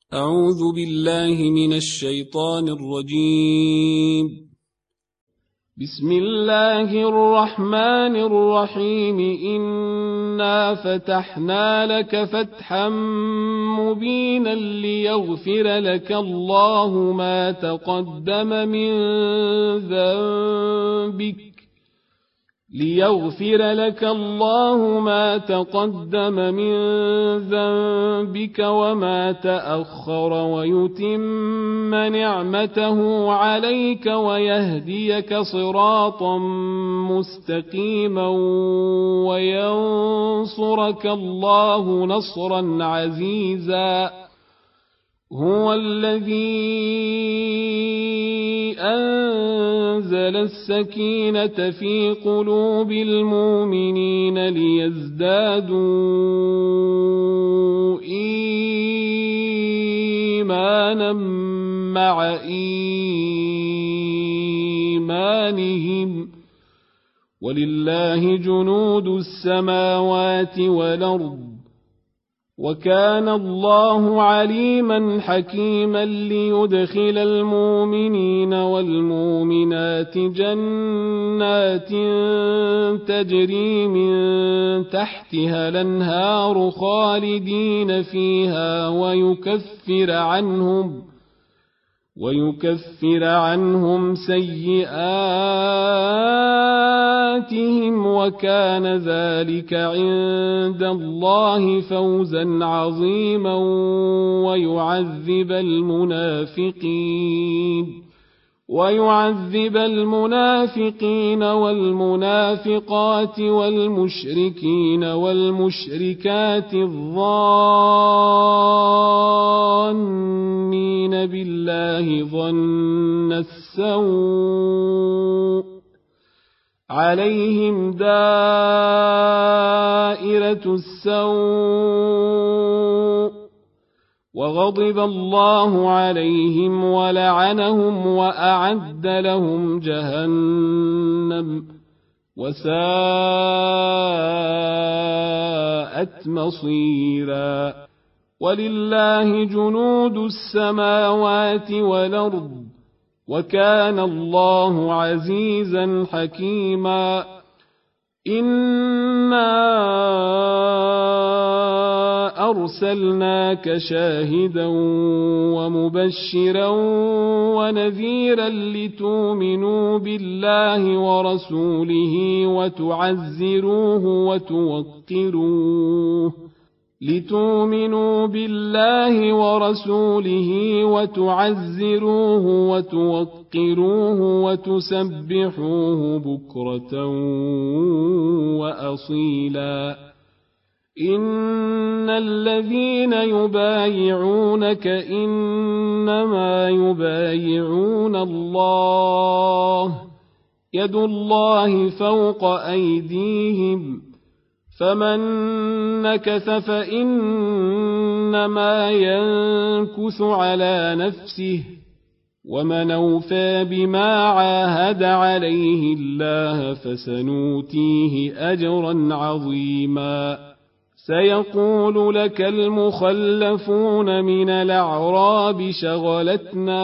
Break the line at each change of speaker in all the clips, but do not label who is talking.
أعوذ بالله من الشيطان الرجيم. بسم الله الرحمن الرحيم. إنا فتحنا لك فتحا مبينا ليغفر لك الله ما تقدم من ذنبك وما تأخر ويتم نعمته عليك ويهديك صراطا مستقيما وينصرك الله نصرا عزيزا. هو الذي أنزل السكينة في قلوب المؤمنين ليزدادوا إيمانا مع إيمانهم ولله جنود السماوات والأرض وكان الله عليما حكيما. ليدخل المؤمنين والمؤمنات جنات تجري من تحتها الأنهار خالدين فيها ويكفر عنهم سيئاتهم وكان ذلك عند الله فوزا عظيما. ويعذب المنافقين والمنافقات والمشركين والمشركات الظانين بالله ظن السوء عليهم دائرة السوء وغضب الله عليهم ولعنهم وأعد لهم جهنم وساءت مصيرا. ولله جنود السماوات والأرض وكان الله عزيزا حكيما. إنا أرسلناك شاهدا ومبشرا ونذيرا لتؤمنوا بالله ورسوله وتعزروه وتوقروه وتسبحوه بكرة وأصيلا. إن الذين يبايعونك إنما يبايعون الله يد الله فوق أيديهم فمن نكث فإنما ينكث على نفسه ومن أوفى بما عاهد عليه الله فسنؤتيه أجرا عظيما. سيقول لك المخلفون من الأعراب شغلتنا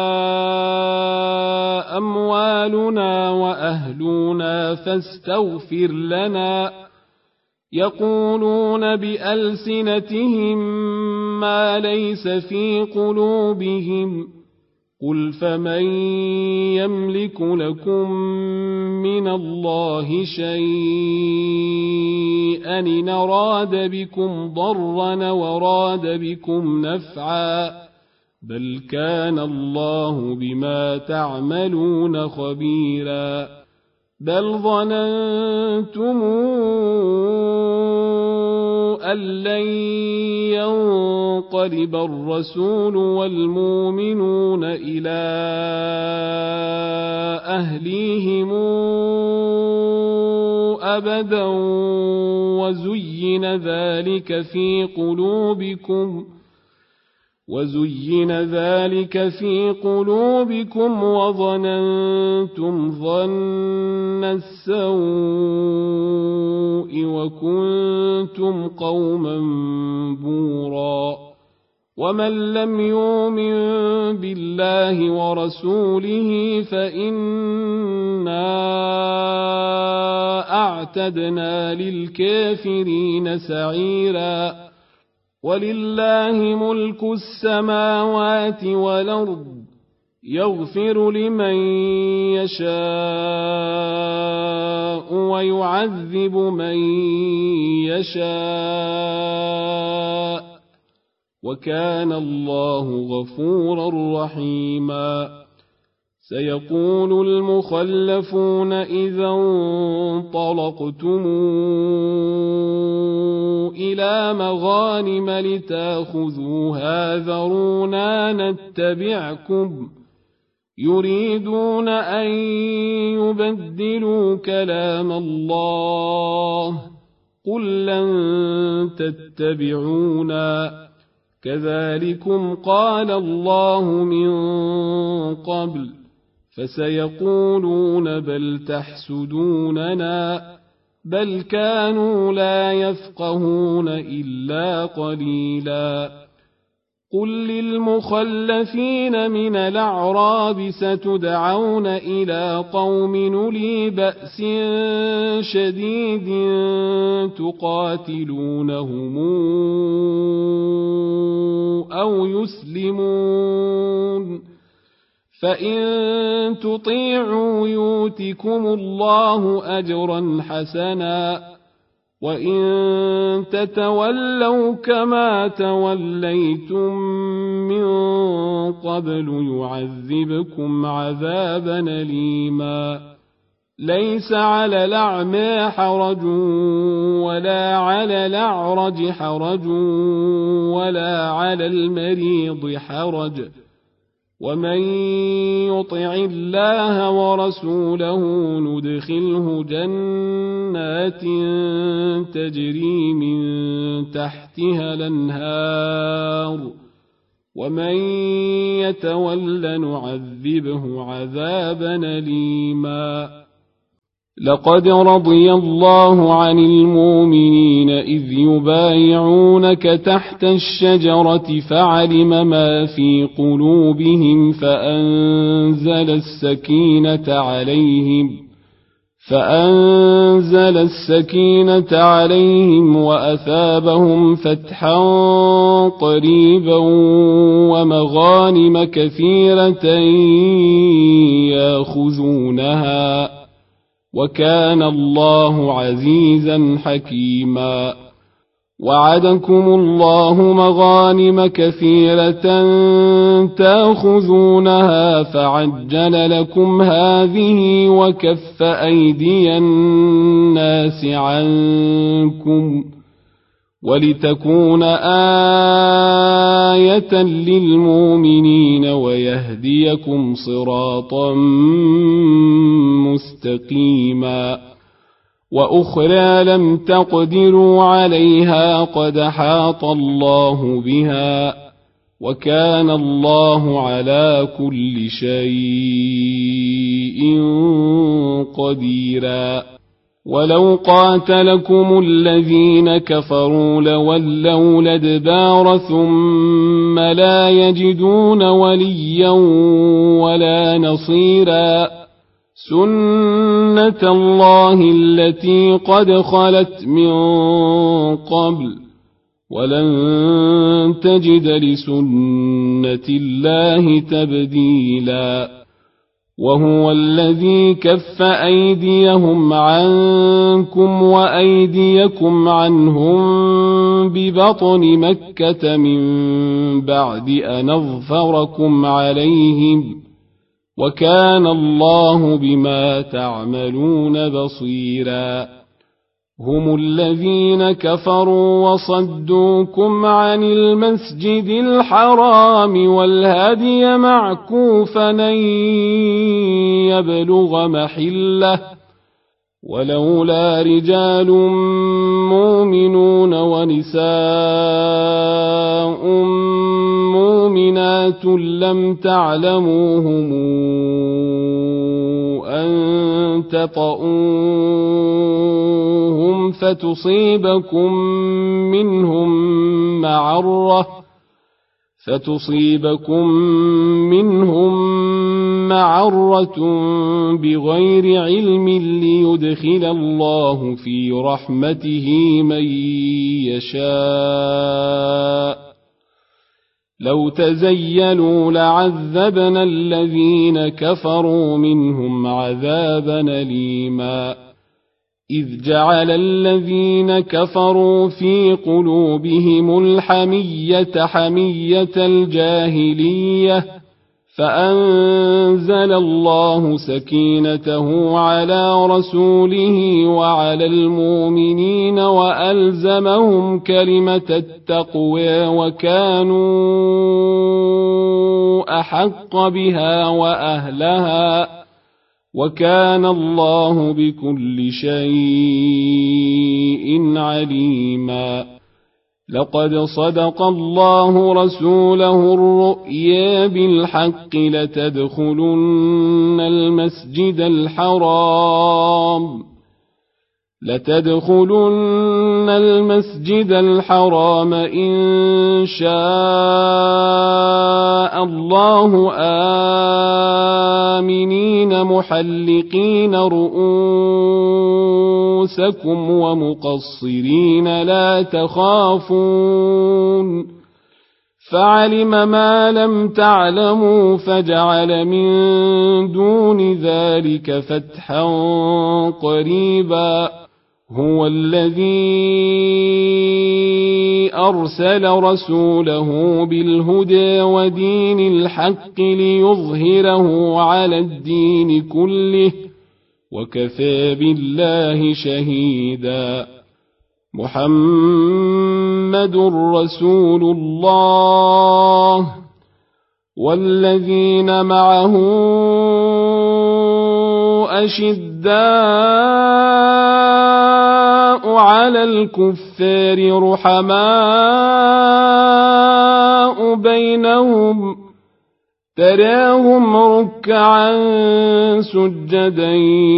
أموالنا وأهلنا فاستغفر لنا. يقولون بألسنتهم ما ليس في قلوبهم قل فمن يملك لكم من الله شيئا إن أراد بكم ضرا وراد بكم نفعا بل كان الله بما تعملون خبيرا. بل ظننتم أن لن ينقلب الرسول والمؤمنون إلى أهليهم أبدا وزين ذلك في قلوبكم وظننتم ظن السوء وكنتم قوما بورا. ومن لم يؤمن بالله ورسوله فإنا أعتدنا للكافرين سعيرا ولله ملك السماوات والأرض يغفر لمن يشاء ويعذب من يشاء وكان الله غفورا رحيما سيقول المخلفون إذا انطلقتم إلى مغانم لتاخذوها ذرونا نتبعكم يريدون أن يبدلوا كلام الله قل لن تتبعونا كذلكم قال الله من قبل فسيقولون بل تحسدوننا بل كانوا لا يفقهون إلا قليلا قل للمخلفين من الأعراب ستدعون إلى قوم أولي بأس شديد تقاتلونهم أو يسلمون فإن تطيعوا يؤتكم الله أجرا حسنا وإن تتولوا كما توليتم من قبل يعذبكم عذابا أليما ليس على الأعمى حرج ولا على الأعرج حرج ولا على المريض حرج ومن يطع الله ورسوله ندخله جنات تجري من تحتها الأنهار ومن يتول نعذبه عذابا أليما لقد رضي الله عن المؤمنين إذ يبايعونك تحت الشجرة فعلم ما في قلوبهم فأنزل السكينة عليهم وأثابهم فتحا قريبا ومغانم كثيرة ياخذونها وكان الله عزيزا حكيما وعدكم الله مغانم كثيرة تاخذونها فعجل لكم هذه وكف أيدي الناس عنكم ولتكون آية للمؤمنين ويهديكم صراطا مستقيما وأخرى لم تقدروا عليها قد حاط الله بها وكان الله على كل شيء قديرا ولو قاتلكم الذين كفروا لولوا الأدبار ثم لا يجدون وليا ولا نصيرا سنة الله التي قد خلت من قبل ولن تجد لسنة الله تبديلا وهو الذي كف أيديهم عنكم وأيديكم عنهم ببطن مكة من بعد أن أظفركم عليهم وكان الله بما تعملون بصيرا هم الذين كفروا وصدوكم عن المسجد الحرام والهدي معكوفا أن يبلغ محله ولولا رجال مؤمنون ونساء مؤمنات لم تعلموهم أن تطؤوهم فتصيبكم منهم معرة فتصيبكم منهم معرة بغير علم ليدخل الله في رحمته من يشاء لو تزيلوا لعذبنا الذين كفروا منهم عذابا أليما إذ جعل الذين كفروا في قلوبهم الحمية حمية الجاهلية فأنزل الله سكينته على رسوله وعلى المؤمنين وألزمهم كلمة التقوى وكانوا أحق بها وأهلها وكان الله بكل شيء عليما لقد صدق الله رسوله الرؤيا بالحق لتدخلن المسجد الحرام إن شاء الله آمنين محلقين رؤوسكم ومقصرين لا تخافون فعلم ما لم تعلموا فجعل من دون ذلك فتحا قريبا هو الذي أرسل رسوله بالهدى ودين الحق ليظهره على الدين كله وكفى بالله شهيدا محمد رسول الله والذين معه أشداء على الكفار رحماء بينهم تراهم ركعا سجدا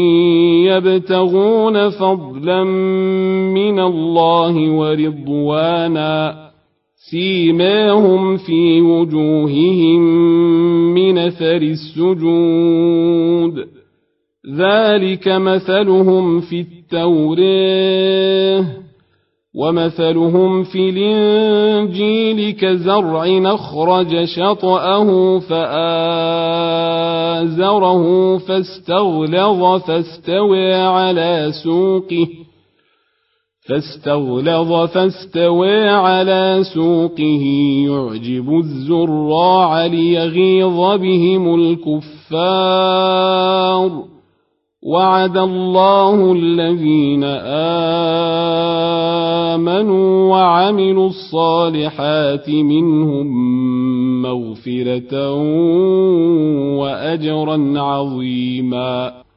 يبتغون فضلا من الله ورضوانا سيماهم في وجوههم من أثر السجود ذلك مثلهم في التوراة ومثلهم في الإنجيل كزرع أخرج شطأه فآزره فاستغلظ فاستوى على سوقه يعجب الزراع ليغيظ بهم الكفار وعد الله الذين آمنوا وعملوا الصالحات منهم مغفرة وأجرا عظيما